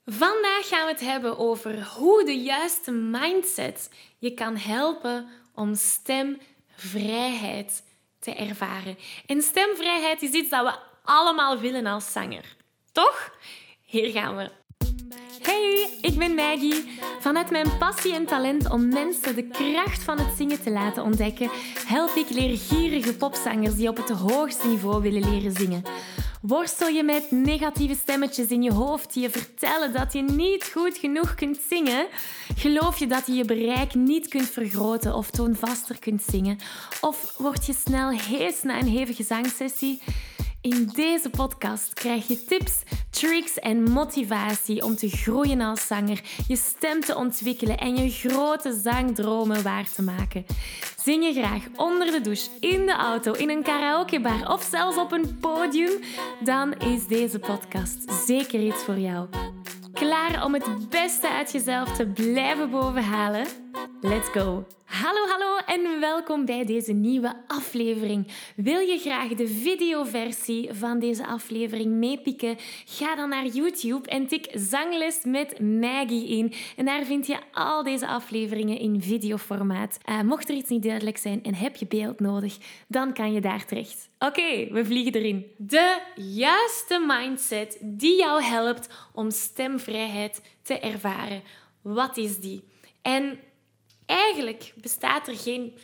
Vandaag gaan we het hebben over hoe de juiste mindset je kan helpen om stemvrijheid te ervaren. En stemvrijheid is iets dat we allemaal willen als zanger. Toch? Hier gaan we. Hey, ik ben Maggie. Vanuit mijn passie en talent om mensen de kracht van het zingen te laten ontdekken, help ik leergierige popzangers die op het hoogste niveau willen leren zingen. Worstel je met negatieve stemmetjes in je hoofd die je vertellen dat je niet goed genoeg kunt zingen? Geloof je dat je je bereik niet kunt vergroten of toonvaster kunt zingen? Of word je snel hees na een hevige zangsessie? In deze podcast krijg je tips, tricks en motivatie om te groeien als zanger, je stem te ontwikkelen en je grote zangdromen waar te maken. Zing je graag onder de douche, in de auto, in een karaokebar of zelfs op een podium? Dan is deze podcast zeker iets voor jou. Klaar om het beste uit jezelf te blijven bovenhalen? Let's go! Hallo en welkom bij deze nieuwe aflevering. Wil je graag de videoversie van deze aflevering meepikken? Ga dan naar YouTube en tik Zangles met Maggie in. En daar vind je al deze afleveringen in videoformaat. Mocht er iets niet duidelijk zijn en heb je beeld nodig, dan kan je daar terecht. Oké, we vliegen erin. De juiste mindset die jou helpt om stemvrijheid te ervaren. Wat is die? En eigenlijk bestaat er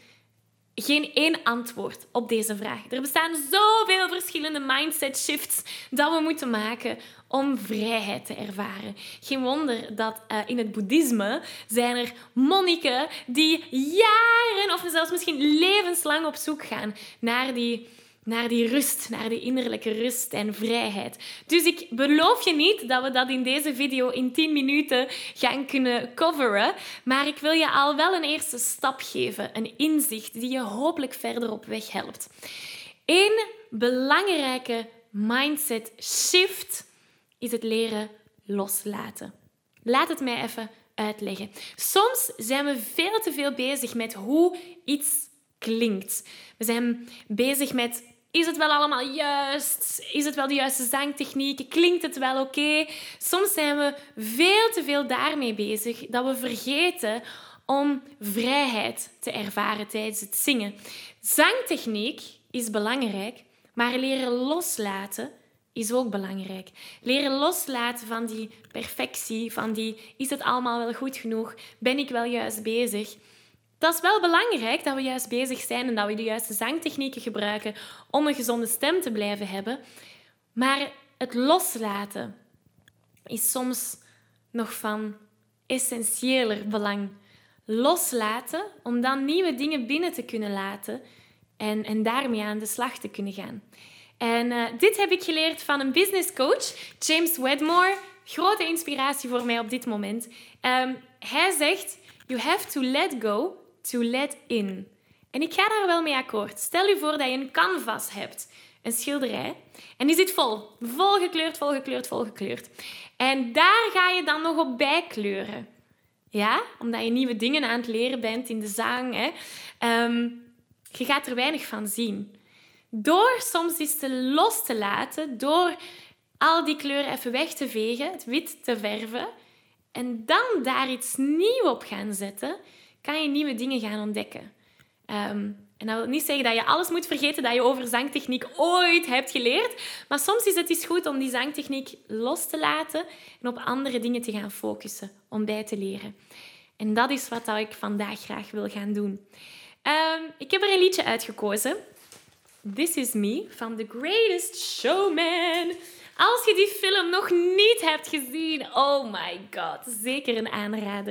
geen één antwoord op deze vraag. Er bestaan zoveel verschillende mindset shifts dat we moeten maken om vrijheid te ervaren. Geen wonder dat in het boeddhisme zijn er monniken die jaren of zelfs misschien levenslang op zoek gaan naar die rust, naar die innerlijke rust en vrijheid. Dus ik beloof je niet dat we dat in deze video in 10 minuten gaan kunnen coveren, maar ik wil je al wel een eerste stap geven, een inzicht die je hopelijk verder op weg helpt. Een belangrijke mindset shift is het leren loslaten. Laat het mij even uitleggen. Soms zijn we veel te veel bezig met hoe iets klinkt. We zijn bezig met: is het wel allemaal juist? Is het wel de juiste zangtechniek? Klinkt het wel oké? Soms zijn we veel te veel daarmee bezig dat we vergeten om vrijheid te ervaren tijdens het zingen. Zangtechniek is belangrijk, maar leren loslaten is ook belangrijk. Leren loslaten van die perfectie, van die: is het allemaal wel goed genoeg? Ben ik wel juist bezig? Dat is wel belangrijk dat we juist bezig zijn en dat we de juiste zangtechnieken gebruiken om een gezonde stem te blijven hebben. Maar het loslaten is soms nog van essentiëler belang. Loslaten om dan nieuwe dingen binnen te kunnen laten en daarmee aan de slag te kunnen gaan. En dit heb ik geleerd van een business coach, James Wedmore. Grote inspiratie voor mij op dit moment. Hij zegt: you have to let go to let in. En ik ga daar wel mee akkoord. Stel je voor dat je een canvas hebt, een schilderij, en die zit volgekleurd. En daar ga je dan nog op bijkleuren. Ja, omdat je nieuwe dingen aan het leren bent in de zang. Hè. Je gaat er weinig van zien. Door soms iets los te laten, door al die kleuren even weg te vegen, het wit te verven, en dan daar iets nieuws op gaan zetten, kan je nieuwe dingen gaan ontdekken. En dat wil niet zeggen dat je alles moet vergeten dat je over zangtechniek ooit hebt geleerd. Maar soms is het eens goed om die zangtechniek los te laten en op andere dingen te gaan focussen om bij te leren. En dat is wat ik vandaag graag wil gaan doen. Ik heb er een liedje uitgekozen. This Is Me van The Greatest Showman. Als je die film nog niet hebt gezien, oh my god, zeker een aanrader.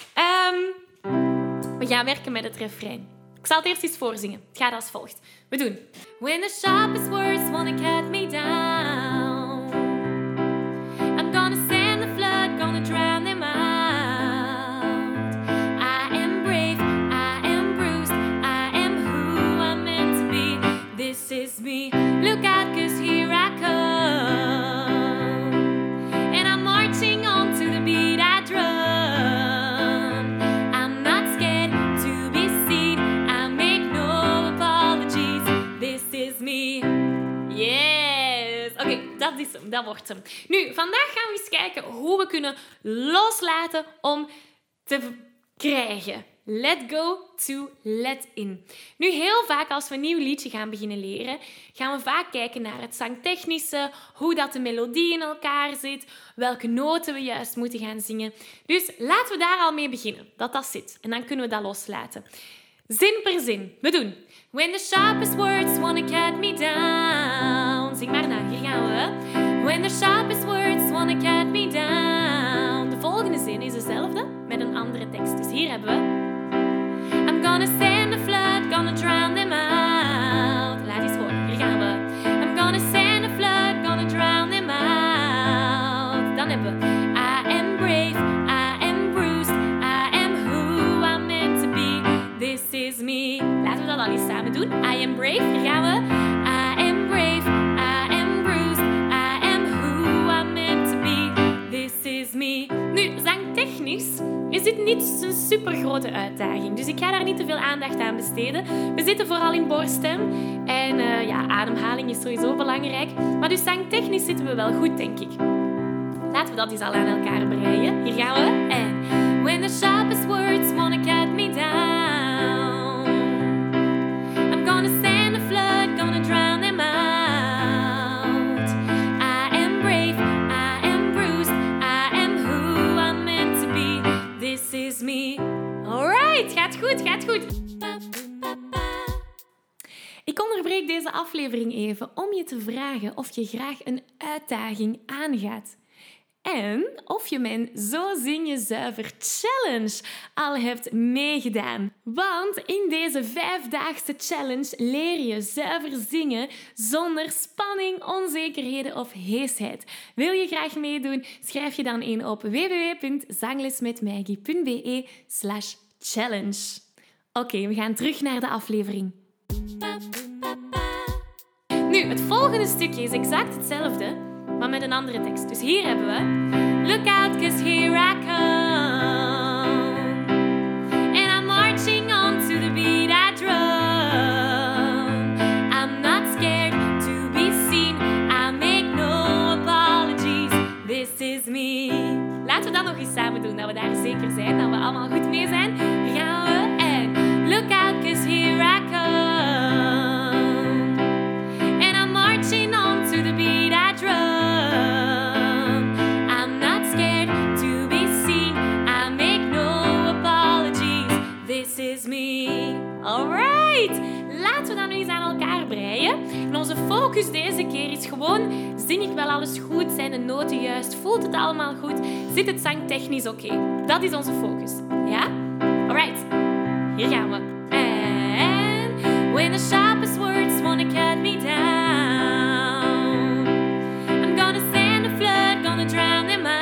We gaan werken met het refrein. Ik zal het eerst eens voorzingen. Het gaat als volgt. We doen: when the sharpest words wanna cut me down, I'm gonna send the flood, gonna drown them out. I am brave, I am bruised, I am who I'm meant to be. This is me, look out, 'cause here I come, and I'm marching on to the beat I drum. I'm not scared to be seen, I make no apologies. This is me, yes. dat wordt hem. Nu, vandaag gaan we eens kijken hoe we kunnen loslaten om te krijgen. Let go to let in. Nu, heel vaak als we een nieuw liedje gaan beginnen leren, gaan we vaak kijken naar het zangtechnische, hoe dat de melodie in elkaar zit, welke noten we juist moeten gaan zingen. Dus laten we daar al mee beginnen, dat zit. En dan kunnen we dat loslaten. Zin per zin. We doen. When the sharpest words wanna cut me down. Zing maar na, hier gaan we. When the sharpest words wanna cut me down. De volgende zin is dezelfde, met een andere tekst. Dus hier hebben we... I'm gonna send a flood, gonna drown them out. Laat eens horen, hier gaan we. I'm gonna send a flood, gonna drown them out. Dan hebben we I am brave, I am bruised, I am who I'm meant to be. This is me. Laten we dat al eens samen doen. I am brave, hier gaan we. I am brave, I am bruised, I am who I'm meant to be. This is me. Nu, zangtechnisch is dit niet een super grote uitdaging. Dus ik ga daar niet te veel aandacht aan besteden. We zitten vooral in borststem. En ademhaling is sowieso belangrijk. Maar dus zangtechnisch zitten we wel goed, denk ik. Laten we dat eens al aan elkaar breien. Hier gaan we. En when the sharpest words wanna cut me down, I'm gonna send a flood, gonna drown them out. I am brave, I am bruised, I am who I'm meant to be. This is me. Alright, gaat goed, gaat goed. Ik onderbreek deze aflevering even om je te vragen of je graag een uitdaging aangaat. En of je mijn Zo Zing Je Zuiver Challenge al hebt meegedaan. Want in deze 5-daagse challenge leer je zuiver zingen zonder spanning, onzekerheden of heesheid. Wil je graag meedoen? Schrijf je dan in op www.zanglesmetmaggie.be/challenge. Oké, we gaan terug naar de aflevering. Nu, het volgende stukje is exact hetzelfde, maar met een andere tekst. Dus hier hebben we... Look out, 'cause here I come. And I'm marching on to the beat I drum. I'm not scared to be seen. I make no apologies. This is me. Laten we dat nog eens samen doen, dat we daar zeker zijn. Dat we allemaal goed mee zijn. Hier gaan we. En look out, 'cause here I come. And I'm marching on to the beat I drum. Alright, laten we dat nu eens aan elkaar breien. En onze focus deze keer is gewoon, zing ik wel alles goed? Zijn de noten juist? Voelt het allemaal goed? Zit het zangtechnisch oké? Dat is onze focus. Ja? Alright, hier gaan we. And when the sharpest words wanna cut me down, I'm gonna send a flood, gonna drown them out.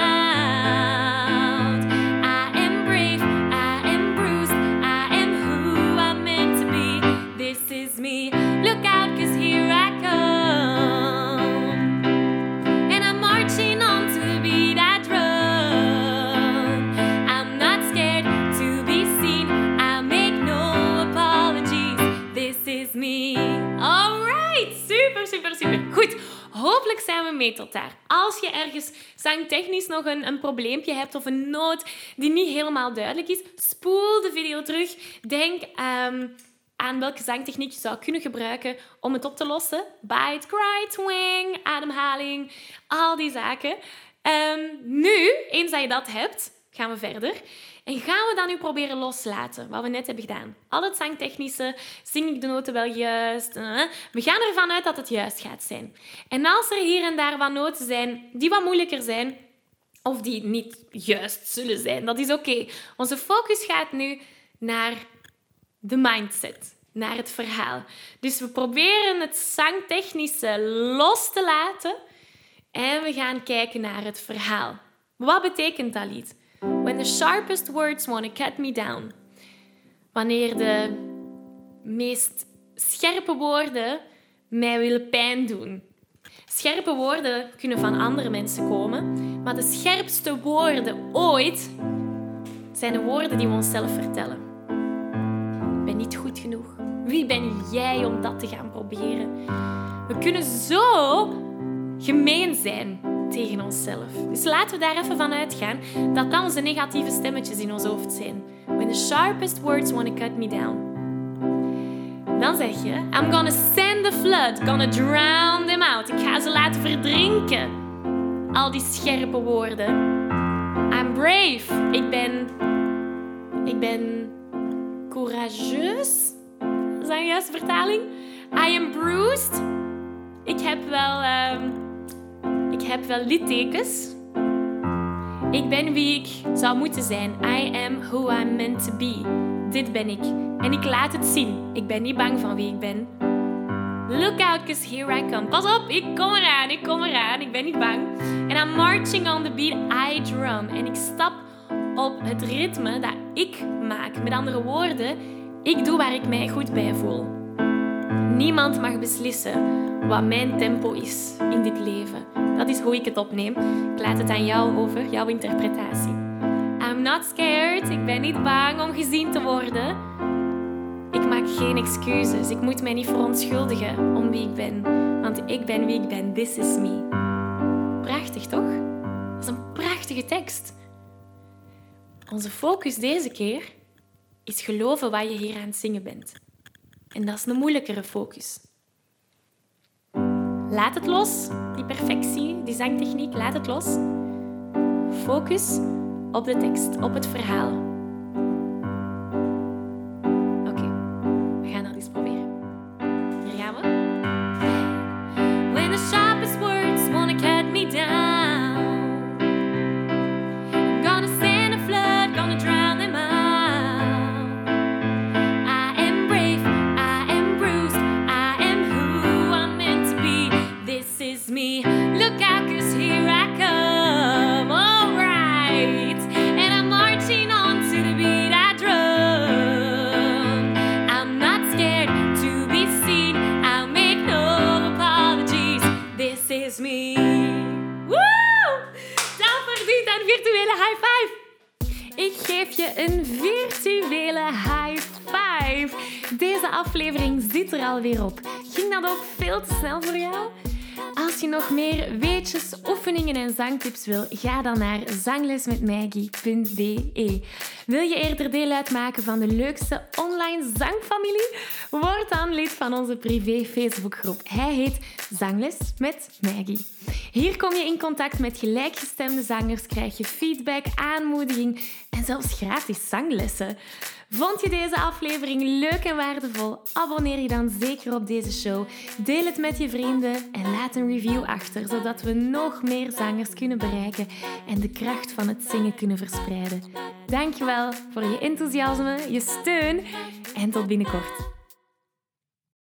Look out, 'cause here I come. And I'm marching on to the beat I drum. I'm not scared to be seen. I make no apologies. This is me. Alright, super, super, super. Goed, hopelijk zijn we mee tot daar. Als je ergens zangtechnisch nog een probleempje hebt of een noot die niet helemaal duidelijk is, spoel de video terug. Denk aan welke zangtechniek je zou kunnen gebruiken om het op te lossen. Bite, cry, twang, ademhaling, al die zaken. Nu, eens dat je dat hebt, gaan we verder. En gaan we dan nu proberen loslaten, wat we net hebben gedaan. Al het zangtechnische, zing ik de noten wel juist? We gaan ervan uit dat het juist gaat zijn. En als er hier en daar wat noten zijn die wat moeilijker zijn, of die niet juist zullen zijn, dat is oké. Onze focus gaat nu naar de mindset, naar het verhaal. Dus we proberen het zangtechnische los te laten en we gaan kijken naar het verhaal. Wat betekent dat lied? When the sharpest words wanna cut me down. Wanneer de meest scherpe woorden mij willen pijn doen. Scherpe woorden kunnen van andere mensen komen, maar de scherpste woorden ooit zijn de woorden die we onszelf vertellen. Ik ben niet goed genoeg. Wie ben jij om dat te gaan proberen? We kunnen zo gemeen zijn tegen onszelf. Dus laten we daar even van uitgaan dat dat onze negatieve stemmetjes in ons hoofd zijn. When the sharpest words want to cut me down. Dan zeg je, I'm gonna send the flood, gonna drown them out. Ik ga ze laten verdrinken. Al die scherpe woorden. I'm brave. Ik ben courageus. Is dat een juiste vertaling? I am bruised. Ik heb wel littekens. Ik ben wie ik zou moeten zijn. I am who I'm meant to be. Dit ben ik. En ik laat het zien. Ik ben niet bang van wie ik ben. Look out, 'cause here I come. Pas op, ik kom eraan. Ik ben niet bang. En I'm marching on the beat, I drum. En ik stap op het ritme dat ik maak. Met andere woorden, ik doe waar ik mij goed bij voel. Niemand mag beslissen wat mijn tempo is in dit leven. Dat is hoe ik het opneem. Ik laat het aan jou over, jouw interpretatie. I'm not scared. Ik ben niet bang om gezien te worden. Ik maak geen excuses. Ik moet mij niet verontschuldigen om wie ik ben. Want ik ben wie ik ben. This is me. Prachtig, toch? Dat is een prachtige tekst. Onze focus deze keer is geloven wat je hier aan het zingen bent. En dat is een moeilijkere focus. Laat het los, die perfectie, die zangtechniek, laat het los. Focus op de tekst, op het verhaal. Oké, we gaan dat eens proberen. Hier gaan we. When the sharpest words wanna cut me down, I'm gonna send a flood, gonna drown them out. I am brave, I am bruised, I am who I'm meant to be. This is me. Look out, 'cause here I come. Alright. And I'm marching on to the beat I drum. I'm not scared to be seen. I'll make no apologies. This is me. Woo! Dat verdient een virtuele high five. Ik geef je een virtuele high five. Deze aflevering zit er alweer op. Ging dat ook veel te snel voor jou? Als je nog meer weetjes, oefeningen en zangtips wil, ga dan naar zanglesmetmaggie.be. Wil je eerder deel uitmaken van de leukste online zangfamilie? Word dan lid van onze privé Facebookgroep. Hij heet Zangles met Maggie. Hier kom je in contact met gelijkgestemde zangers, krijg je feedback, aanmoediging en zelfs gratis zanglessen. Vond je deze aflevering leuk en waardevol? Abonneer je dan zeker op deze show. Deel het met je vrienden en laat een review achter, zodat we nog meer zangers kunnen bereiken en de kracht van het zingen kunnen verspreiden. Dankjewel voor je enthousiasme, je steun en tot binnenkort.